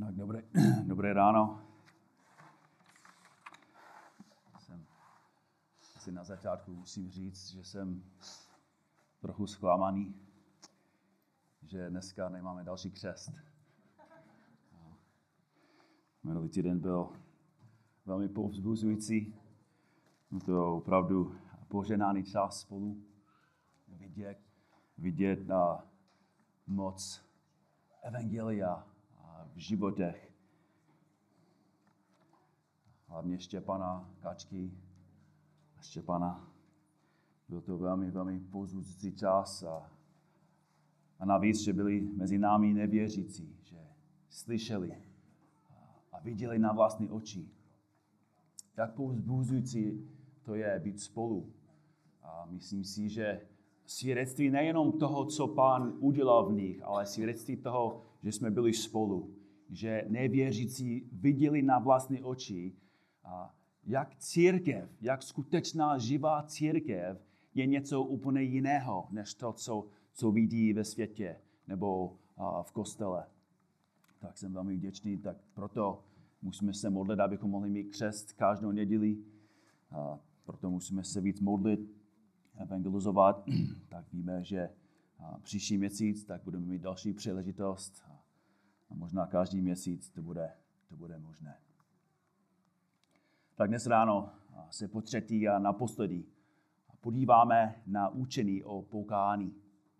Tak dobré ráno. Asi na začátku musím říct, že jsem trochu zklamaný, že dneska nemáme další křest. Minulý týden byl velmi povzbuzující. Byl to opravdu požehnaný čas spolu. Vidět na moc evangelia v životech. Hlavně Štěpana, Kačky a Štěpana. Byl to velmi povzbuzující čas a navíc, že byli mezi námi nevěřící, že slyšeli a viděli na vlastní oči. Jak povzbuzující to je být spolu. A myslím si, že svědectví nejenom toho, co Pán udělal v nich, ale svědectví toho, že jsme byli spolu. Že nevěřící viděli na vlastní oči, jak církev, jak skutečná živá církev je něco úplně jiného, než to, co vidí ve světě nebo v kostele. Tak jsem velmi vděčný, tak proto musíme se modlit, abychom mohli mít křest každou neděli. Proto musíme se víc modlit, evangelizovat. Tak víme, že příští měsíc tak budeme mít další příležitost a možná každý měsíc to bude možné. Tak dnes ráno se po třetí a naposledy podíváme na učení o pokání.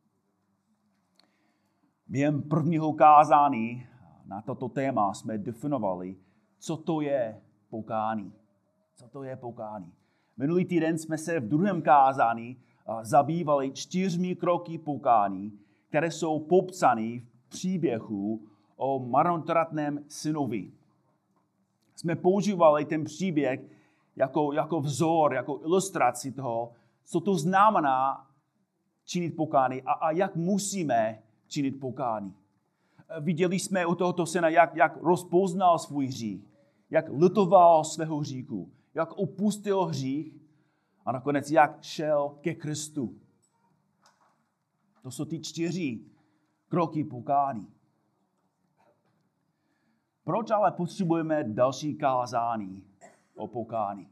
Během prvního kázání na toto téma jsme definovali, co to je pokání. Co to je pokání. Minulý týden jsme se v druhém kázání zabývali 4 kroky pokání, které jsou popsány v příběhu o marnotratném synovi. Jsme používali ten příběh jako vzor, jako ilustraci toho, co to znamená činit pokání a jak musíme činit pokání. Viděli jsme u tohoto syna, jak rozpoznal svůj hřích, jak litoval svého hříchu, jak opustil hřích a nakonec jak šel ke Kristu. To jsou ty 4 kroky pokání. Proč ale potřebujeme další kázání o pokání?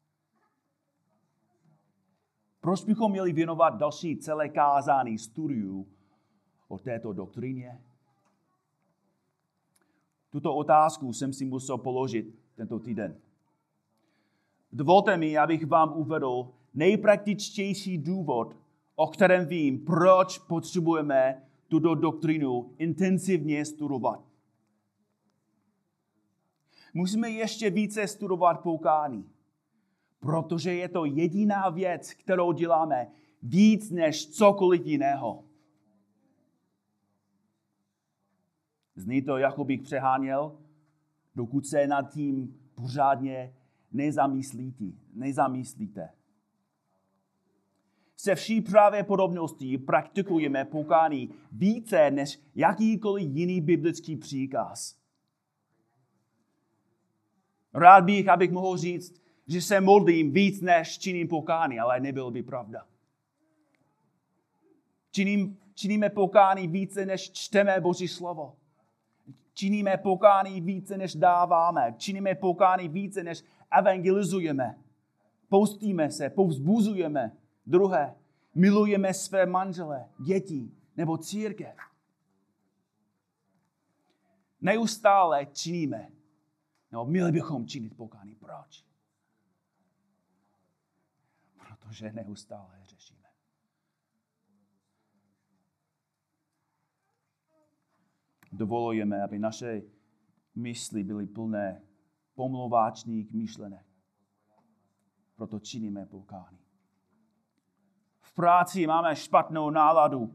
Proč bychom měli věnovat další celé kázání studiu o této doktríně? Tuto otázku jsem si musel položit tento týden. Dovolte mi, abych vám uvedl nejpraktičtější důvod, o kterém vím, proč potřebujeme tuto doktrínu intenzivně studovat. Musíme ještě více studovat pokání, protože je to jediná věc, kterou děláme víc než cokoliv jiného. Zní to, jako bych přeháněl, dokud se nad tím pořádně nezamyslíte. Se vší pravděpodobností praktikujeme pokání více než jakýkoliv jiný biblický příkaz. Rád bych, abych mohl říct, že se modlím víc než činím pokání, ale nebyl by pravda. Činíme pokání více než čteme Boží slovo. Činíme pokání více než dáváme. Činíme pokání více než evangelizujeme. Postíme se, povzbuzujeme druhé. Milujeme své manžele, děti nebo církev. Neustále činíme. No, měli bychom činit pokání. Proč? Protože neustále řešíme. Dovolujeme, aby naše mysli byly plné pomlouváčných myšlenek. Proto činíme pokání. V práci máme špatnou náladu.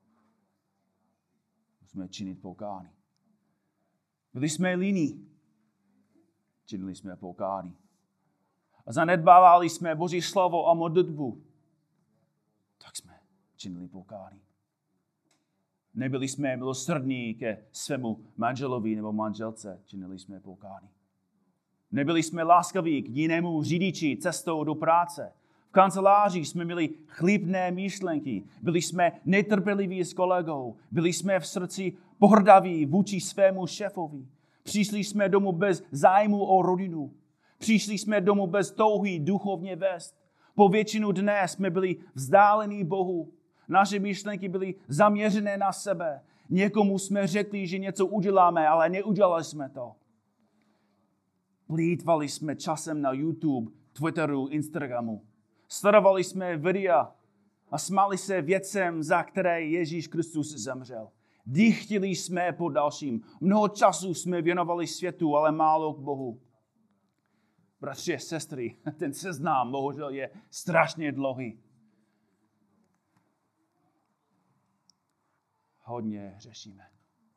Musíme činit pokání. Byli jsme líní. Činili jsme pokání. A zanedbávali jsme Boží slovo a modlitbu. Tak jsme činili pokání. Nebyli jsme milosrdní ke svému manželovi nebo manželce. Činili jsme pokání. Nebyli jsme láskaví k jinému řidiči cestou do práce. V kanceláři jsme měli chlípné myšlenky. Byli jsme netrpěliví s kolegou. Byli jsme v srdci pohrdaví vůči svému šéfovi. Přišli jsme domů bez zájmu o rodinu. Přišli jsme domů bez touhy duchovně vést. Po většinu dne jsme byli vzdálení Bohu. Naše myšlenky byly zaměřené na sebe. Někomu jsme řekli, že něco uděláme, ale neudělali jsme to. Plýtvali jsme časem na YouTube, Twitteru, Instagramu. Sledovali jsme videa a smáli se věcem, za které Ježíš Kristus zemřel. Dychtili jsme po dalším. Mnoho času jsme věnovali světu, ale málo k Bohu. Bratři a sestry, ten seznam bohužel je strašně dlouhý. Hodně řešíme.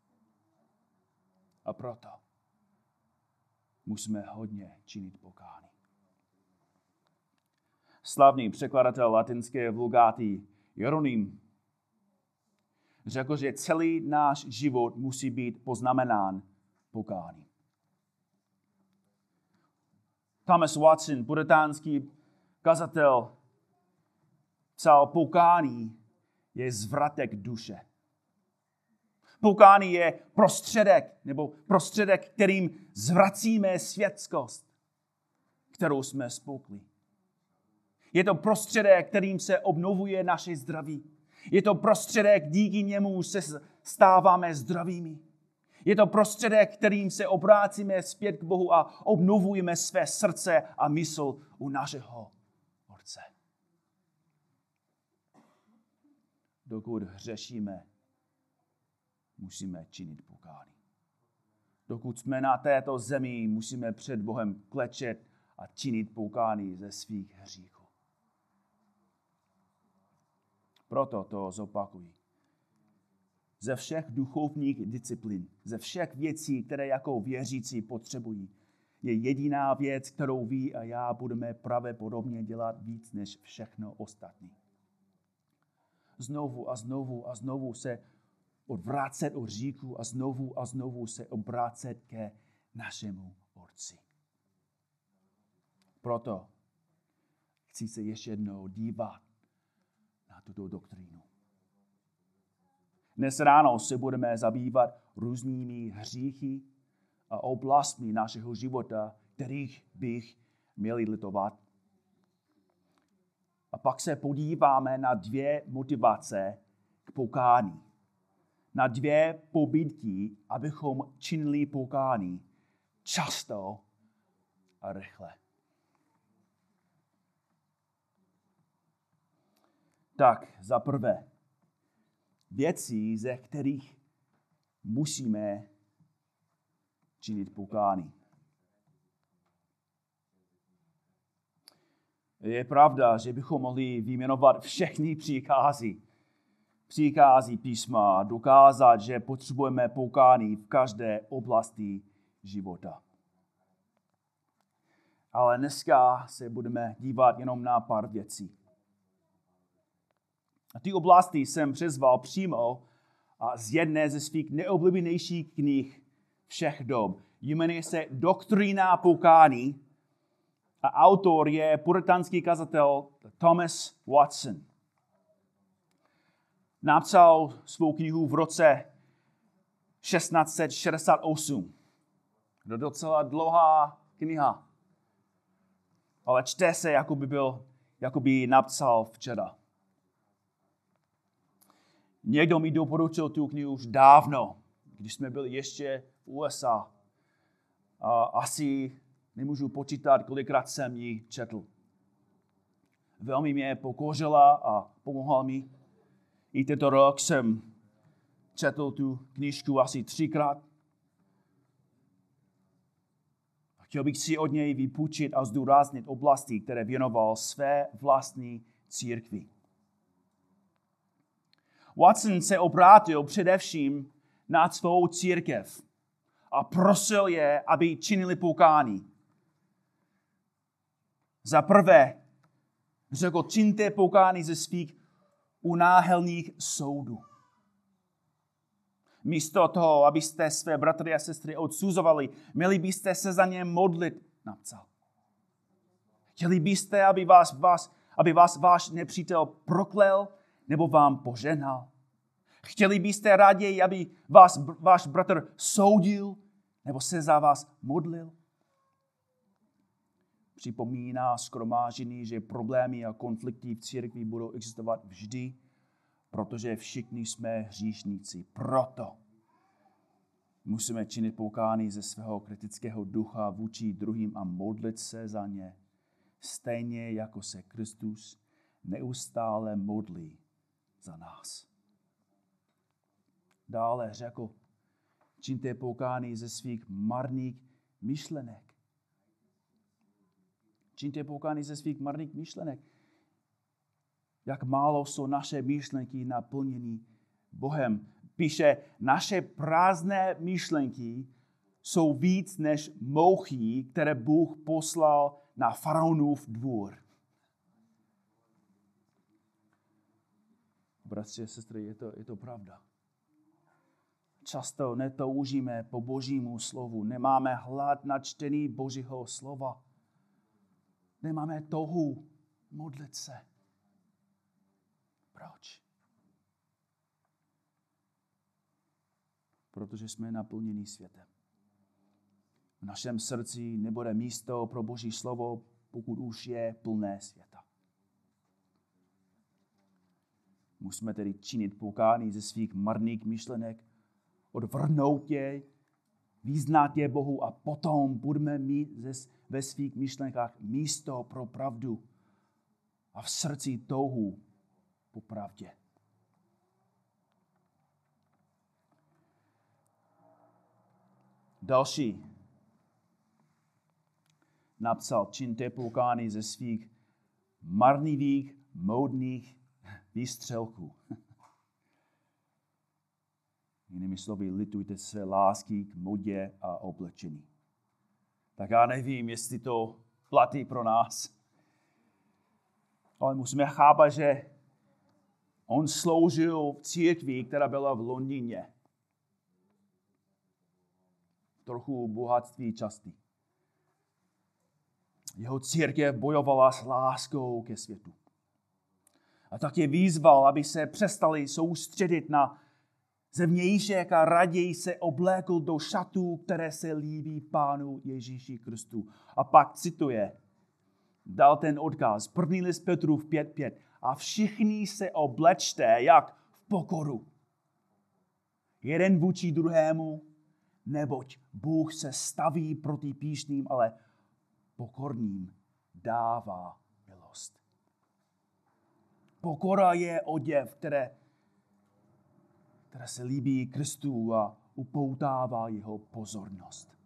A proto musíme hodně činit pokání. Slavný překladatel latinské vulgáty Jeroným řekl, že celý náš život musí být poznamenán pokání. Thomas Watson, puritánský kazatel, psal, pokání je zvratek duše. Pokání je prostředek, kterým zvracíme světskost, kterou jsme spolkli. Je to prostředek, kterým se obnovuje naše zdraví. Je to prostředek, díky němu se stáváme zdravými. Je to prostředek, kterým se obrácíme zpět k Bohu a obnovujeme své srdce a mysl u našeho Otce. Dokud hřešíme, musíme činit pokání. Dokud jsme na této zemi, musíme před Bohem klečet a činit pokání ze svých hříchů. Proto to zopakuji. Ze všech duchovních disciplín, ze všech věcí, které jako věřící potřebují, je jediná věc, kterou vy a já budeme pravděpodobně dělat víc než všechno ostatní. Znovu a znovu a znovu se odvrácet od hříchu a znovu se obrácet ke našemu Otci. Proto chci se ještě jednou dívat na tuto doktrínu. Dnes ráno se budeme zabývat různými hříchy a oblastmi našeho života, kterých bych měli litovat. A pak se podíváme na 2 motivace k pokání. Na 2 pobídky, abychom činili pokání často a rychle. Tak, za prvé, věci, ze kterých musíme činit pokání. Je pravda, že bychom mohli vyjmenovat všechny příkazy písma a dokázat, že potřebujeme pokání v každé oblasti života. Ale dneska se budeme dívat jenom na pár věcí. A ty oblasti jsem přizval přímo a z jedné ze svých nejoblíbenějších knih všech dob. Jmenuje se Doktrína pokání a autor je puritánský kazatel Thomas Watson. Napsal svou knihu v roce 1668. To je docela dlouhá kniha, ale čte se, jako by napsal včera. Někdo mi doporučil tu knihu už dávno, když jsme byli ještě v USA. A asi nemůžu počítat, kolikrát jsem ji četl. Velmi mě pokořila a pomohla mi. I tento rok jsem četl tu knížku asi 3krát. Chtěl bych si od něj vypůjčit a zdůraznit oblasti, které věnoval své vlastní církvi. Watson se obrátil především na svou církev a prosil je, aby činili pokání. Za prvé řekl, čiňte pokání ze svých unáhlených soudů. Místo toho, abyste své bratry a sestry odsuzovali, měli byste se za ně modlit, napsal. Chtěli byste, aby vás váš nepřítel proklel nebo vám požehnal. Chtěli byste raději, aby vás váš bratr soudil Nebo se za vás modlil? Připomíná shromáždění, že problémy a konflikty v církvi budou existovat vždy, protože všichni jsme hříšníci. Proto musíme činit pokání ze svého kritického ducha vůči druhým a modlit se za ně, stejně jako se Kristus neustále modlí za nás. Dále řekl, čiňte pokání ze svých marných myšlenek. Čiňte pokání ze svých marných myšlenek. Jak málo jsou naše myšlenky naplněny Bohem. Píše, naše prázdné myšlenky jsou víc než mouchy, které Bůh poslal na faraonův dvůr. Bratři a sestry, je to pravda. Často netoužíme po Božímu slovu. Nemáme hlad na čtení Božího slova. Nemáme touhu modlit se. Proč? Protože jsme naplněni světem. V našem srdci nebude místo pro Boží slovo, pokud už je plné světa. Musíme tedy činit pokání ze svých marných myšlenek, odvrhnout je, vyznat je Bohu a potom budeme mít ve svých myšlenkách místo pro pravdu a v srdci touhu po pravdě. Další napsal, čiňte pokání ze svých marnivých, módních výstřelků. Jinými slovy, litujte své lásky k modě a oblečení. Tak já nevím, jestli to platí pro nás. Ale musíme chápat, že on sloužil v církvi, která byla v Londýně. Trochu bohatství častý. Jeho církev bojovala s láskou ke světu. A tak je výzval, aby se přestali soustředit na zevnějšek a raději se oblékl do šatů, které se líbí Pánu Ježíši Kristu. A pak cituje, dal ten odkaz, 1. list Petrův 5:5. A všichni se oblečte jak v pokoru. Jeden vůči druhému, neboť Bůh se staví proti pyšným, ale pokorným dává milost. Pokora je oděv, která se líbí Kristu a upoutává jeho pozornost.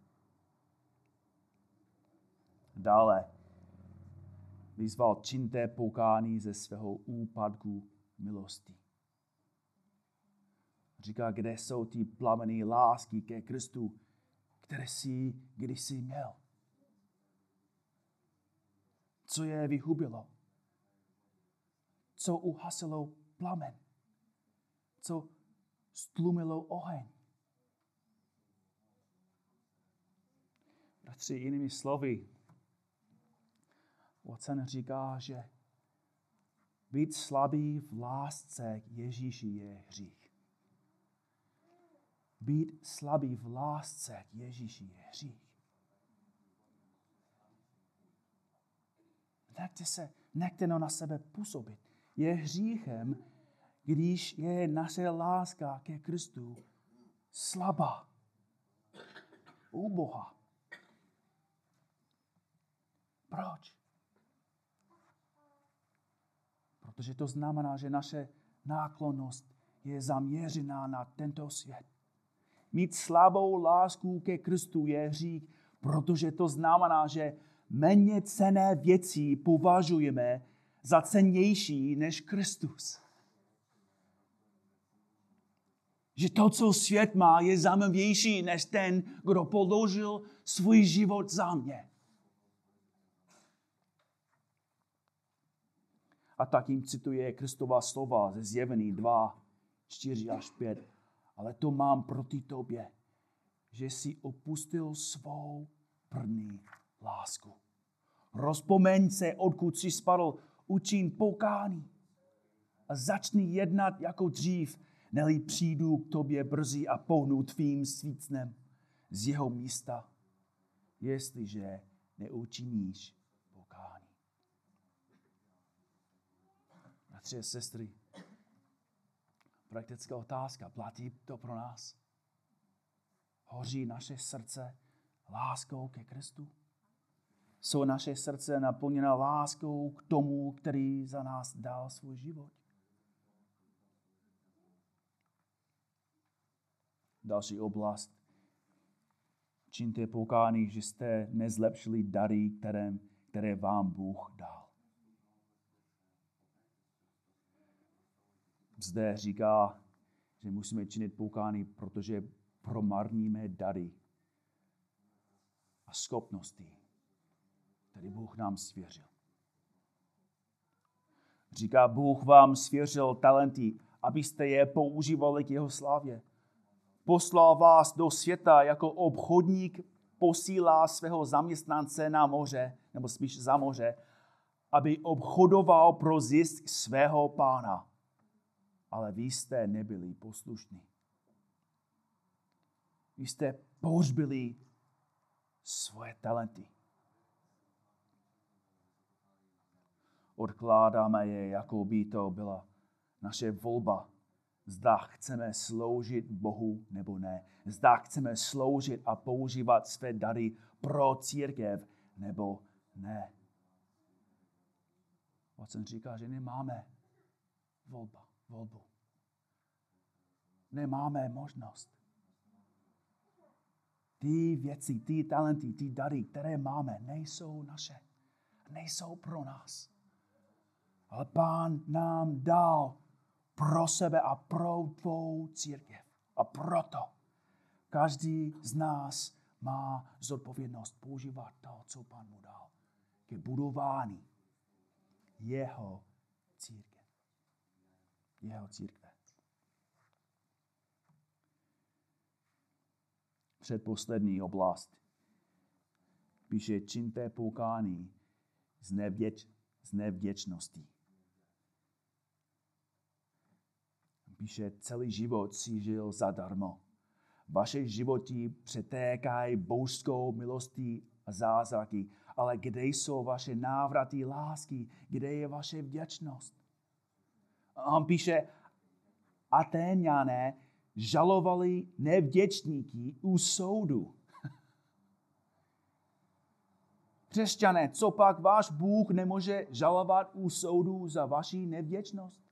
Dále vyzval, čiňte pokání ze svého úpadku milosti. Říká, kde jsou ty plameny lásky ke Kristu, které jsi kdysi měl. Co je vyhubilo? Co uhasilo plamen? Co stlumilo oheň? Bratři, jinými slovy, Watson říká, že být slabý v lásce k Ježíši je hřích. Být slabý v lásce k Ježíši je hřích. Nechte na sebe působit. Je hříchem, když je naše láska ke Kristu slabá, ubohá. Proč? Protože to znamená, že naše náklonnost je zaměřená na tento svět. Mít slabou lásku ke Kristu je hřích, protože to znamená, že méně cenné věci považujeme za cennější než Kristus. Že to, co svět má, je zajímavější než ten, kdo položil svůj život za mě. A tak jim cituje Kristova slova ze Zjevení 2, 4-5. Ale to mám proti tobě, že jsi opustil svou první lásku. Rozpomeň se, odkud jsi spadl, učiň pokání a začni jednat jako dřív, neli přijdu k tobě brzy a pohnu tvým svícnem. z jeho místa, jestliže neučiníš pokání. Bratři a sestry, praktická otázka, platí to pro nás? Hoří naše srdce láskou ke Kristu? Jsou naše srdce naplněna láskou k tomu, který za nás dal svůj život? Další oblast. Čiňte pokání, že jste nezlepšili dary, které vám Bůh dal. Zde říká, že musíme činit pokání, protože promarníme dary a schopnosti, které Bůh nám svěřil. Říká, Bůh vám svěřil talenty, abyste je používali k jeho slávě. Poslal vás do světa jako obchodník posílá svého zaměstnance na moře, nebo spíš za moře, aby obchodoval pro zisk svého pána. Ale vy jste nebyli poslušní. Vy jste pohřbili svoje talenty. Odkládáme je, jako by to byla naše volba. Zda chceme sloužit Bohu nebo ne. Zda chceme sloužit a používat své dary pro církev nebo ne. Watson říká, že nemáme volbu. Nemáme možnost. Ty věci, ty talenty, ty dary, které máme, nejsou naše. Nejsou pro nás. Ale Pán nám dal pro sebe a pro tvou církev. A proto každý z nás má zodpovědnost používat to, co Pán mu dal, ke budování jeho církev. Jeho církve. Předposlední oblast. Píše, čiňte pokání z nevděčností. Píše, celý život si žil zadarmo. Vaše životy přetékají božskou milostí a zázraky. Ale kde jsou vaše návraty lásky? Kde je vaše vděčnost? A on píše, Atéňané žalovali nevděčníky u soudu. Křesťané, co pak váš Bůh nemůže žalovat u soudu za vaši nevděčnost?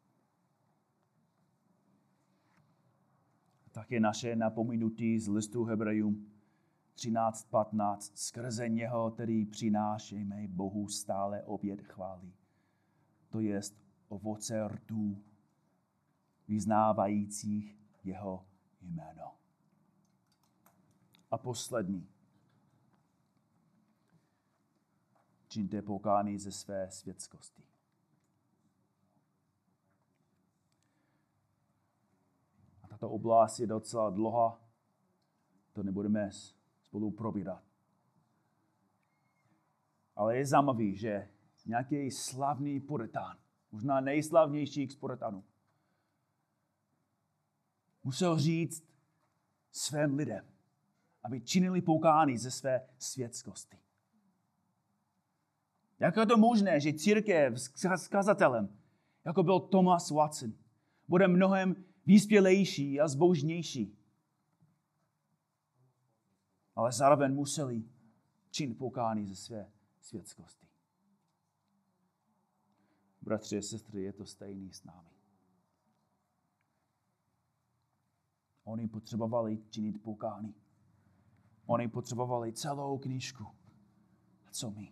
Také naše napomenutí z listu Hebrejům 13:15. Skrze něho, který přinášíme Bohu stále oběť chvály. To jest ovoce rtů, vyznávajících jeho jméno. A poslední. Čiňte pokání ze své světskosti. A tato oblast je docela dlouhá. To nebudeme spolu probírat. Ale je zajímavý, že nějaký slavný puritán, možná nejslavnější z puritanů, musel říct svým lidem, aby činili pokání ze své světskosti. Jak je to možné, že církev s kazatelem, jako byl Thomas Watson, bude mnohem vyspělejší a zbožnější? Ale zároveň museli činit pokání ze své světskosti. Bratři a sestry, je to stejný s námi. Oni potřebovali činit pokání. Oni potřebovali celou knížku. A co my?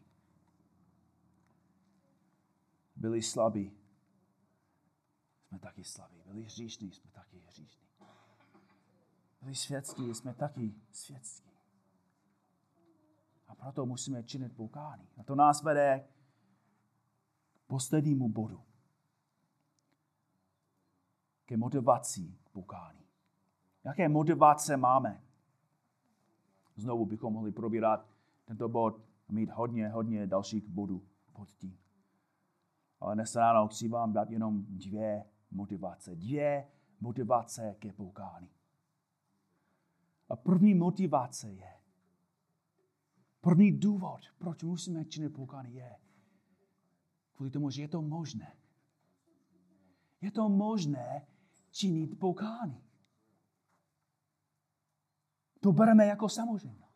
Byli slabí. Jsme taky slabí. Byli hříšní. Jsme taky hříšní. Byli světský. Jsme taky světský. A proto musíme činit pokání. A to nás vede k poslednímu bodu. Ke motivaci k pokání. Jaké motivace máme? Znovu bychom mohli probírat tento bod a mít hodně dalších bodů pod tím. Ale dnes ráno chci vám dát jenom dvě motivace. Dvě motivace ke pokání. A první motivace je, první důvod, proč musíme činit pokání, je kvůli tomu, že je to možné. Je to možné činit pokání. To bereme jako samozřejmost.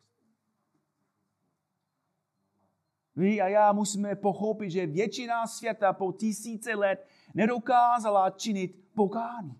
Vy a já musíme pochopit, že většina světa po tisíce let nedokázala činit pokání.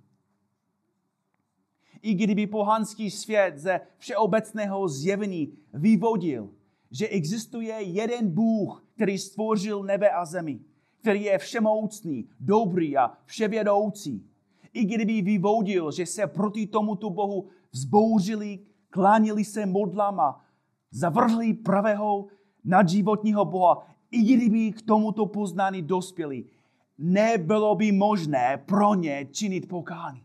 I kdyby pohanský svět ze všeobecného zjevení vyvodil, že existuje jeden Bůh, který stvořil nebe a zemi, který je všemoucný, dobrý a vševědoucí. I kdyby vyvodil, že se proti tomuto Bohu vzbouřili, klánili se modlama, zavrhli pravého nadživotního Boha, i kdyby k tomuto poznání dospěli, nebylo by možné pro ně činit pokání.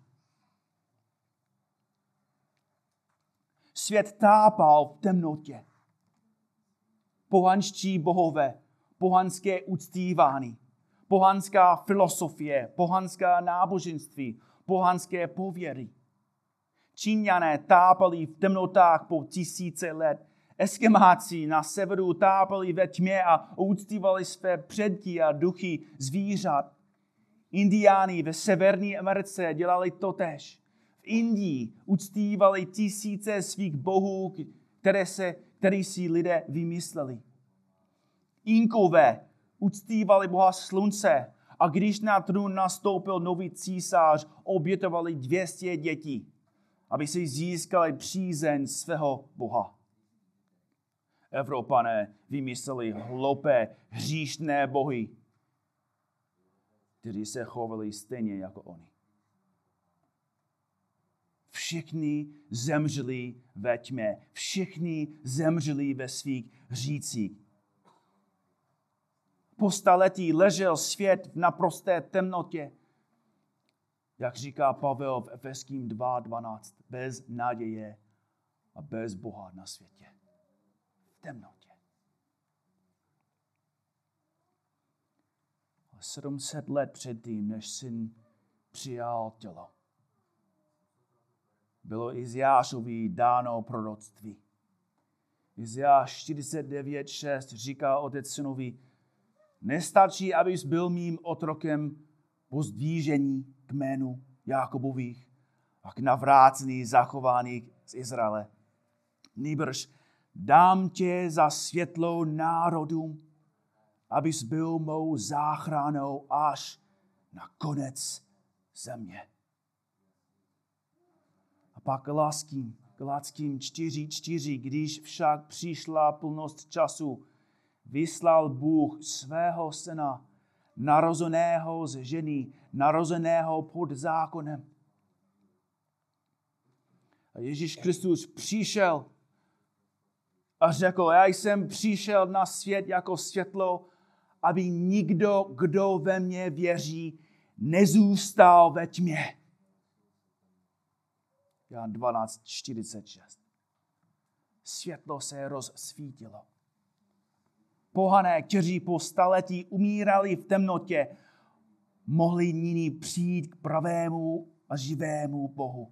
Svět tápal v temnotě. Pohanští bohové, pohanské uctívání, pohanská filosofie, pohanská náboženství, pohanské pověry. Číňané tápali v temnotách po tisíce let. Eskimáci na severu tápali ve tmě a uctívali své předky a duchy zvířat. Indiáni ve Severní Americe dělali totéž. V Indii uctívali tisíce svých bohů, které si lidé vymysleli. Inkové uctívali boha slunce a když na trůn nastoupil nový císař, obětovali 200 dětí, aby si získali přízeň svého boha. Evropané vymysleli hloupé, hříšné bohy, kteří se chovali stejně jako oni. Všichni zemřeli ve tmě, všichni zemřeli ve svých hřících. Po staletí ležel svět v naprosté temnotě. Jak říká Pavel v Efeským 2:12, bez naděje a bez Boha na světě. V temnotě. 700 let předtím, než syn přijal tělo, bylo Izajášovi dáno proroctví. Izajáš 49:6 říká otec synovi, nestačí, abys byl mým otrokem pozdvížení kménu Jákobových a k navrácení zachováních z Izraele. Nýbrž dám tě za světlo národům, abys byl mou záchranou až na konec země. A pak Galackým 4:4, když však přišla plnost času, vyslal Bůh svého syna, narozeného z ženy, narozeného pod zákonem. A Ježíš Kristus přišel a řekl, já jsem přišel na svět jako světlo, aby nikdo, kdo ve mně věří, nezůstal ve tmě. Jan 12:46. Světlo se rozsvítilo. Pohané, kteří po staletí umírali v temnotě, mohli nyní přijít k pravému a živému Bohu.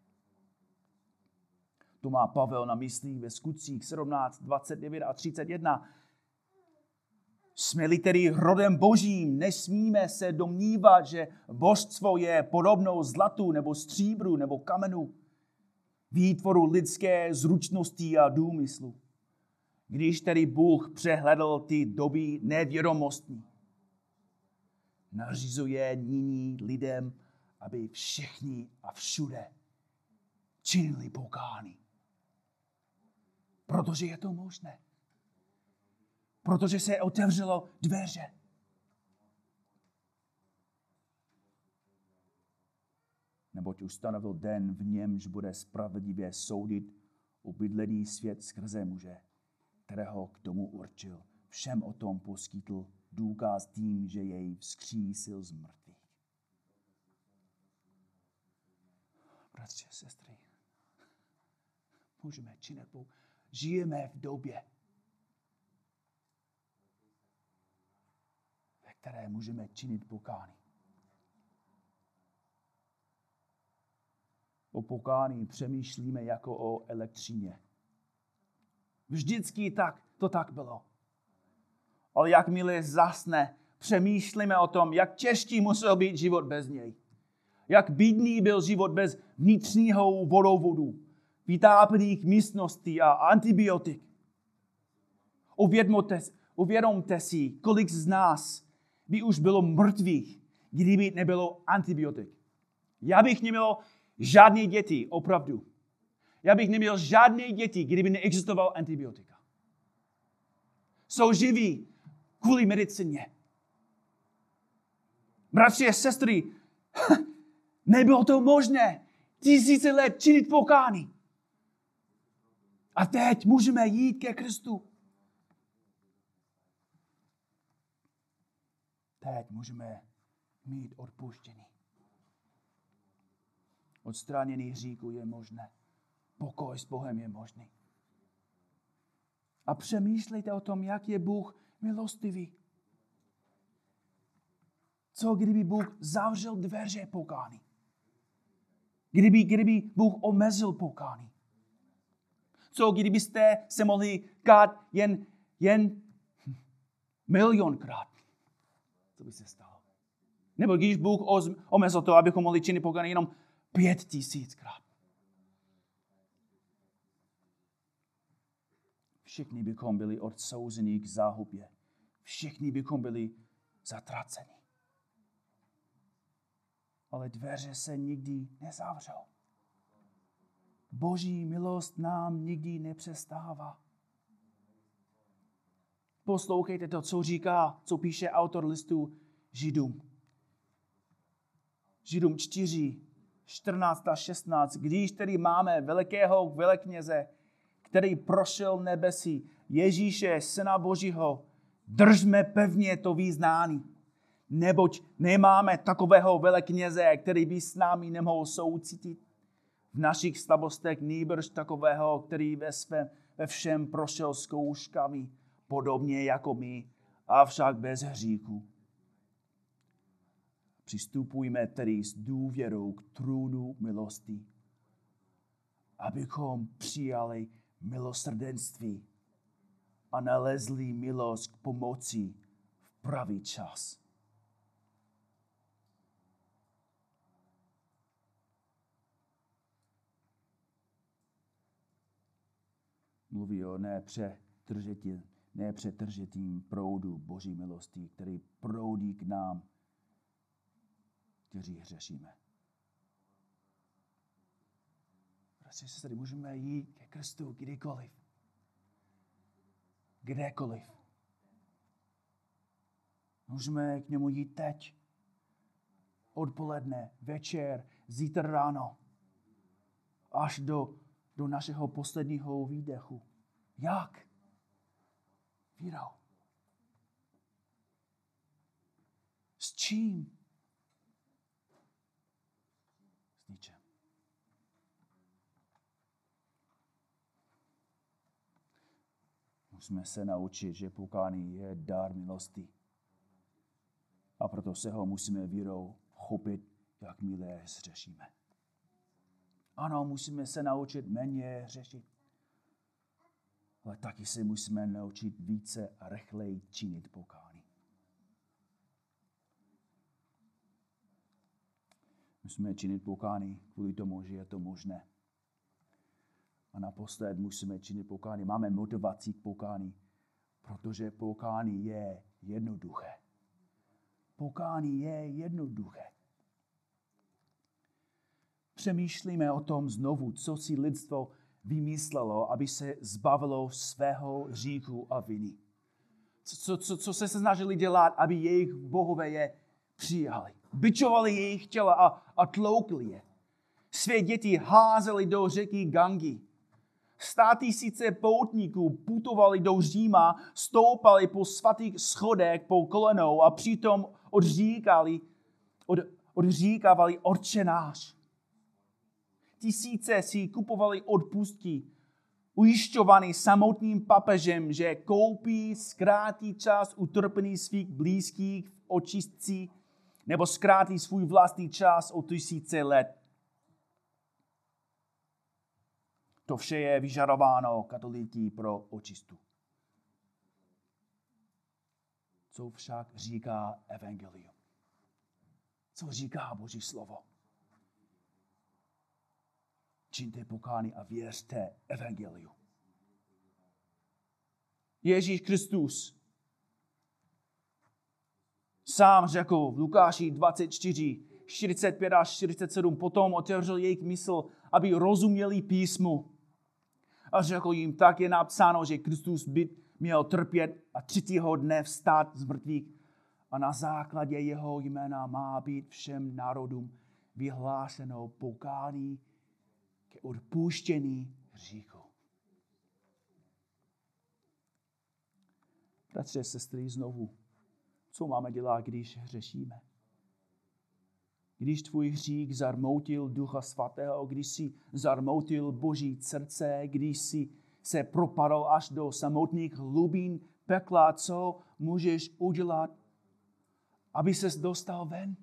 To má Pavel na mysli ve Skutcích 17:29 a 31. Jsme-li tedy rodem božím, nesmíme se domnívat, že božstvo je podobnou zlatu nebo stříbru nebo kamenu, výtvoru lidské zručnosti a důmyslu. Když tedy Bůh přehledl ty doby nevědomostní, nařizuje nyní lidem, aby všichni a všude činili pokání. Protože je to možné. Protože se otevřelo dveře. Neboť ustanovil den, v němž bude spravedlivě soudit obydlený svět skrze muže, kterého k tomu určil. Všem o tom poskytl důkaz tím, že jej vzkřísil z mrtvých. Bratři a sestry, můžeme činit, žijeme v době, ve které můžeme činit pokání. o pokání přemýšlíme jako o elektřině. Vždycky to tak bylo. Ale jakmile zasne, přemýšlíme o tom, jak těžký musel být život bez něj. Jak bídný byl život bez vnitřního vodovodu, vytápěných místností a antibiotik. Uvědomte si, kolik z nás by už bylo mrtvých, kdyby nebylo antibiotik. Já bych neměl žádné děti, opravdu. Já bych neměl žádné děti, kdyby neexistoval antibiotika. Jsou živí kvůli medicíně. Bratři a sestry, nebylo to možné 1000 let činit pokání. A teď můžeme jít ke Kristu. Teď můžeme mít odpuštění. Odstranění hříchu je možné. Pokoj s Bohem je možný. A přemýšlejte o tom, jak je Bůh milostivý. Co kdyby Bůh zavřel dveře pokání? Kdyby Bůh omezil pokání? Co kdybyste se mohli kát jen milionkrát? Co by se stalo? Nebo když Bůh omezil to, abychom mohli činit pokání jenom 5000krát. Všichni bychom byli odsouzeni k záhubě. Všichni bychom byli zatraceni. Ale dveře se nikdy nezavřou. Boží milost nám nikdy nepřestává. Poslouchejte to, co píše autor listu Židům. Židům 4, 14 a 16. Když tedy máme velikého velekněze, který prošel nebesí, Ježíše, Syna Božího, držme pevně to vyznání. Neboť nemáme takového velekněze, který by s námi nemohl soucítit v našich slabostech, nýbrž takového, který ve všem prošel zkouškami, podobně jako my, avšak bez hříchu. Přistupujme tedy s důvěrou k trůnu milosti, abychom přijali milosrdenství a nalezli milost k pomoci v pravý čas. Mluví o nepřetržitým proudu Boží milosti, který proudí k nám, kteří hřešíme. Prostě se tady můžeme jít ke Kristu kdykoliv. Kdekoliv. Můžeme k němu jít teď. Odpoledne, večer, zítra ráno. Až do našeho posledního výdechu. Jak? Vírou. S čím? S ničem. Musíme se naučit, že pokání je dar milosti. A proto se ho musíme vírou chopit, jakmile zřešíme. Ano, musíme se naučit méně hřešit. Ale taky se musíme naučit více a rychleji činit pokání. Musíme činit pokání kvůli tomu, že je to možné. A naposled musíme činit pokání. Máme motivaci k pokání, protože pokání je jednoduché. Pokání je jednoduché. Přemýšlíme o tom znovu, co si lidstvo vymyslelo, aby se zbavilo svého hříchu a viny. Co se snažili dělat, aby jejich bohové je přijali. Bičovali jejich těla a tloukli je. Své děti házeli do řeky Gangy. 100 000 poutníků putovali do Říma, stoupali po svatých schodech po kolenou a přitom odříkávali Otče náš. Tisíce si kupovali odpustky, ujišťovaný samotným papežem, že koupí, zkrátí čas utrpení svých blízkých v očistci nebo zkrátí svůj vlastní čas o 1000 let. To vše je vyžadováno katolíky pro očistu. Co však říká evangelium? Co říká Boží slovo? Čiňte pokání a věřte evangeliu. Ježíš Kristus sám řekl v Lukáši 24, 45 až 47, potom otevřel jejich mysl, aby rozuměli písmu. A řekl jim, tak je napsáno, že Kristus by měl trpět a třetího dne vstát z mrtvých a na základě jeho jména má být všem národům vyhlášeno pokání ke odpuštění hříchu. Bratři, sestry, znovu, co máme dělat, když hřešíme? Když tvůj hřích zarmoutil Ducha Svatého, když jsi zarmoutil Boží srdce, když jsi se propadl až do samotných hlubin pekla, co můžeš udělat, aby ses dostal ven?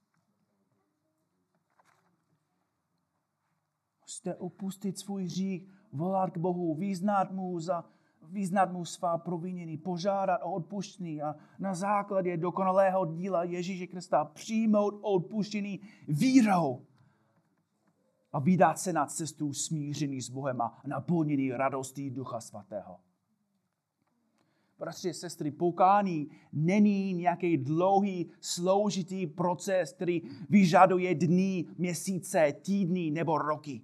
Musíte opustit svůj hřích, volat k Bohu, vyznat mu svá provinění, požádat o odpuštění a na základě dokonalého díla Ježíše Krista přijmout odpuštění vírou a vydat se na cestu smíření s Bohem a naplnění radostí Ducha Svatého. Bratři a sestry, pokání není nějaký dlouhý, složitý proces, který vyžaduje dny, měsíce, týdny nebo roky.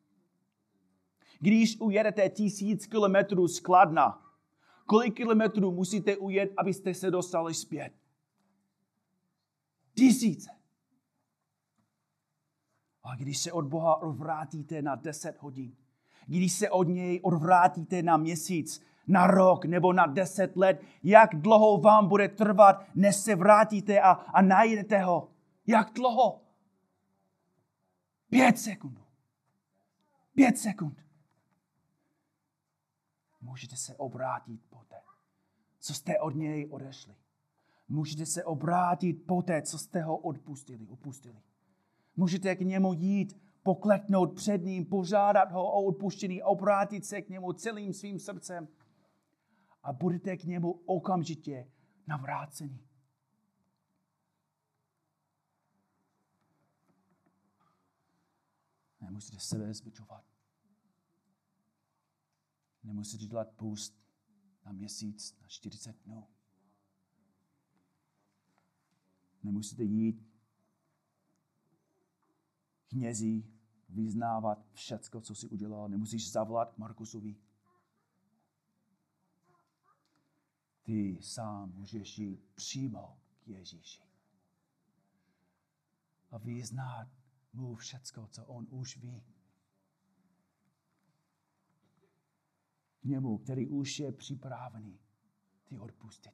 Když ujedete 1000 kilometrů z Kladna, kolik kilometrů musíte ujet, abyste se dostali zpět? 1000. A když se od Boha odvrátíte na 10 hodin, když se od něj odvrátíte na měsíc, na rok nebo na 10 let, jak dlouho vám bude trvat, než se vrátíte a najdete ho? Jak dlouho? 5 sekund. 5 sekund. Můžete se obrátit poté, co jste od něj odešli. Můžete se obrátit poté, co jste ho opustili. Můžete k němu jít, pokleknout před ním, požádat ho o odpuštění, obrátit se k němu celým svým srdcem a budete k němu okamžitě navráceni. Nemusíte sebe zbičovat. Nemusíte dělat půst na měsíc, na 40 dnů. Nemusíte jít knězi vyznávat všecko, co si udělal. Nemusíš zavolat Markusovi. Ty sám můžeš jít přímo k Ježíši. A vyznát mu všecko, co on už ví. K němu, který už je připravený ty odpustit.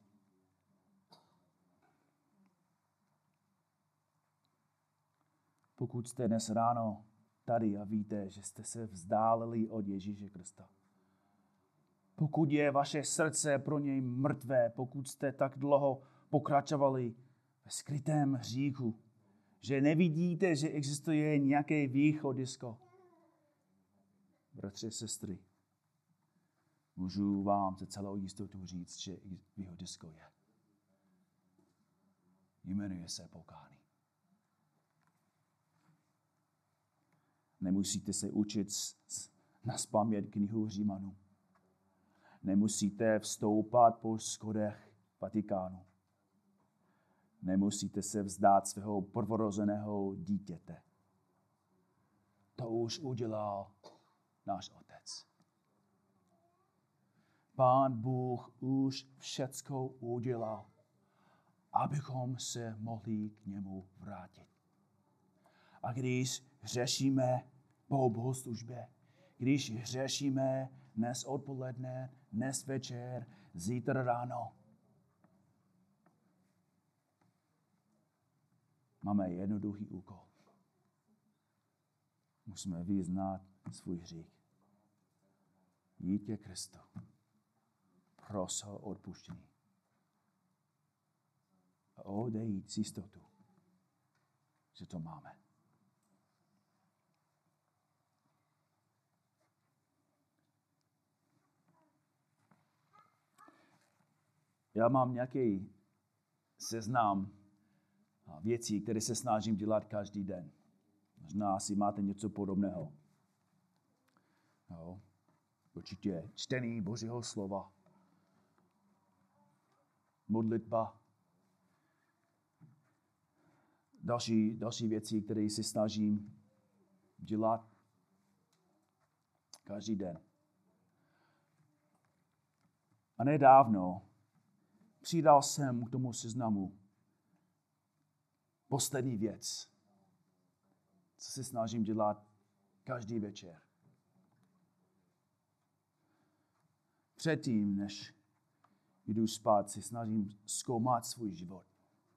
Pokud jste dnes ráno tady a víte, že jste se vzdálili od Ježíše Krista. Pokud je vaše srdce pro něj mrtvé, pokud jste tak dlouho pokračovali ve skrytém hříchu, že nevidíte, že existuje nějaké východisko. Bratři, sestry, můžu vám se celou jistotu říct, že východisko je. Jmenuje se pokání. Nemusíte se učit nazpamět knihu Římanů. Nemusíte vstoupat po schodech Vatikánu. Nemusíte se vzdát svého prvorozeného dítěte. To už udělal náš Otec. Pán Bůh už všecko udělal, abychom se mohli k němu vrátit. A když hřešíme po bohoslužbě, když hřešíme dnes odpoledne, dnes večer, zítra ráno, máme jednoduchý úkol. Musíme vyznat svůj hřích. Jít ke Kristu. Pros ho odpuštění. A odejít s jistotou, že to máme. Já mám nějaký seznam věcí, které se snažím dělat každý den. Možná asi máte něco podobného. Jo. Určitě čtení Božího slova, modlitba, další věci, které se snažím dělat každý den. A nedávno přidal jsem k tomu seznamu poslední věc, co se snažím dělat každý večer. Předtím, než jdu spát, se snažím zkoumat svůj život.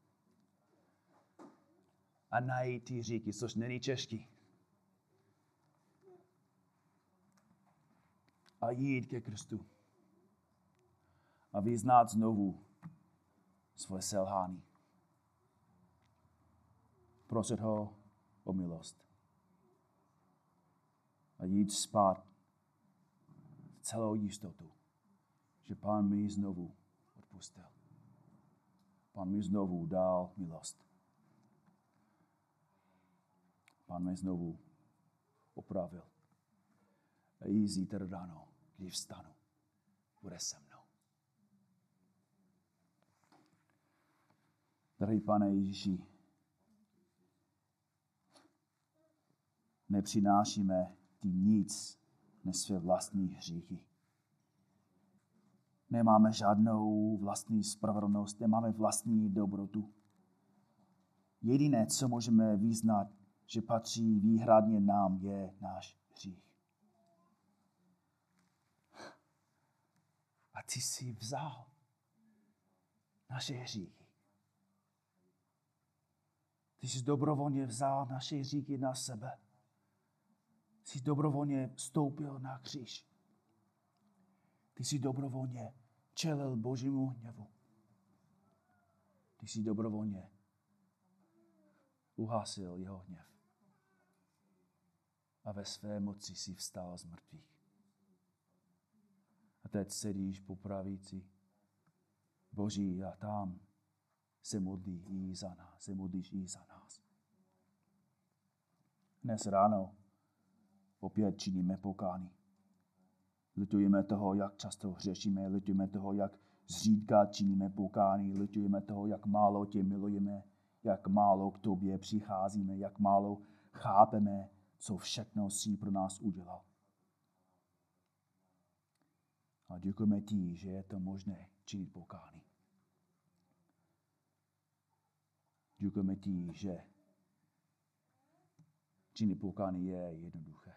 A najít ty říky, což není těžký. A jít ke Kristu. A vyznat znovu svoje selhání. Prosit ho o milost. A jít spát s celou jistotou, že Pán mi znovu odpustil. Pán mi znovu dal milost. Pán mi znovu opravil. A i zítra ráno, když vstanu, bude se mnou. Drahý Pane Ježíši, nepřinášíme ti nic než své vlastní hříchy. Nemáme žádnou vlastní spravedlnost, nemáme vlastní dobrotu. Jediné, co můžeme vyznat, že patří výhradně nám, je náš hřích. A ty jsi vzal naše hříchy. Ty jsi dobrovolně vzal naše hříchy na sebe. Jsi dobrovolně vstoupil na kříž. Ty jsi dobrovolně čelil Božímu hněvu. Ty jsi dobrovolně uhasil jeho hněv. A ve své moci jsi vstal z mrtvých. A teď sedíš po pravici Boží a tam se modlí i za nás. Se modlíš i za nás. Dnes ráno opět činíme pokání. Litujeme toho, jak často hřešíme, litujeme toho, jak zřídka činíme pokání, litujeme toho, jak málo tě milujeme, jak málo k tobě přicházíme, jak málo chápeme, co všechno jsi pro nás udělal. A děkujeme ti, že je to možné činit pokání. Děkujeme ti, že činit pokání je jednoduché.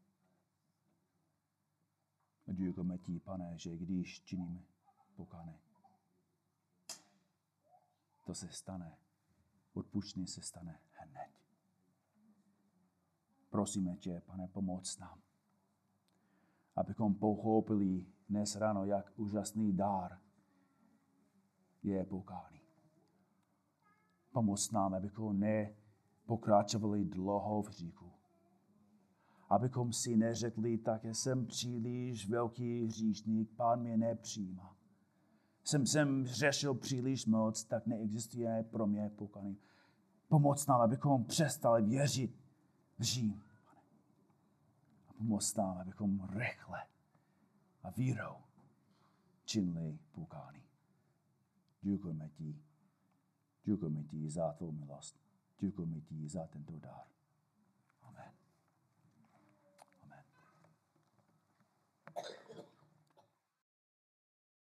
A děkujeme ti, Pane, že když činíme pokání, to se stane, odpuštění se stane hned. Prosíme tě, Pane, pomoc nám, abychom pochopili dnes ráno, jak úžasný dár je pokání. Pomoc nám, abychom nepokračovali dlouho v hříchu. Abychom si neřekli, tak jsem příliš velký hříšník, Pán mě nepřijímá. Jsem hřešil příliš moc, tak neexistuje pro mě pokání. Pomoc nám, abychom přestali věřit v Řím. A pomoc nám, abychom rychle a vírou činili pokání. Děkujeme ti za tvou milost. Děkujeme ti za tento dar.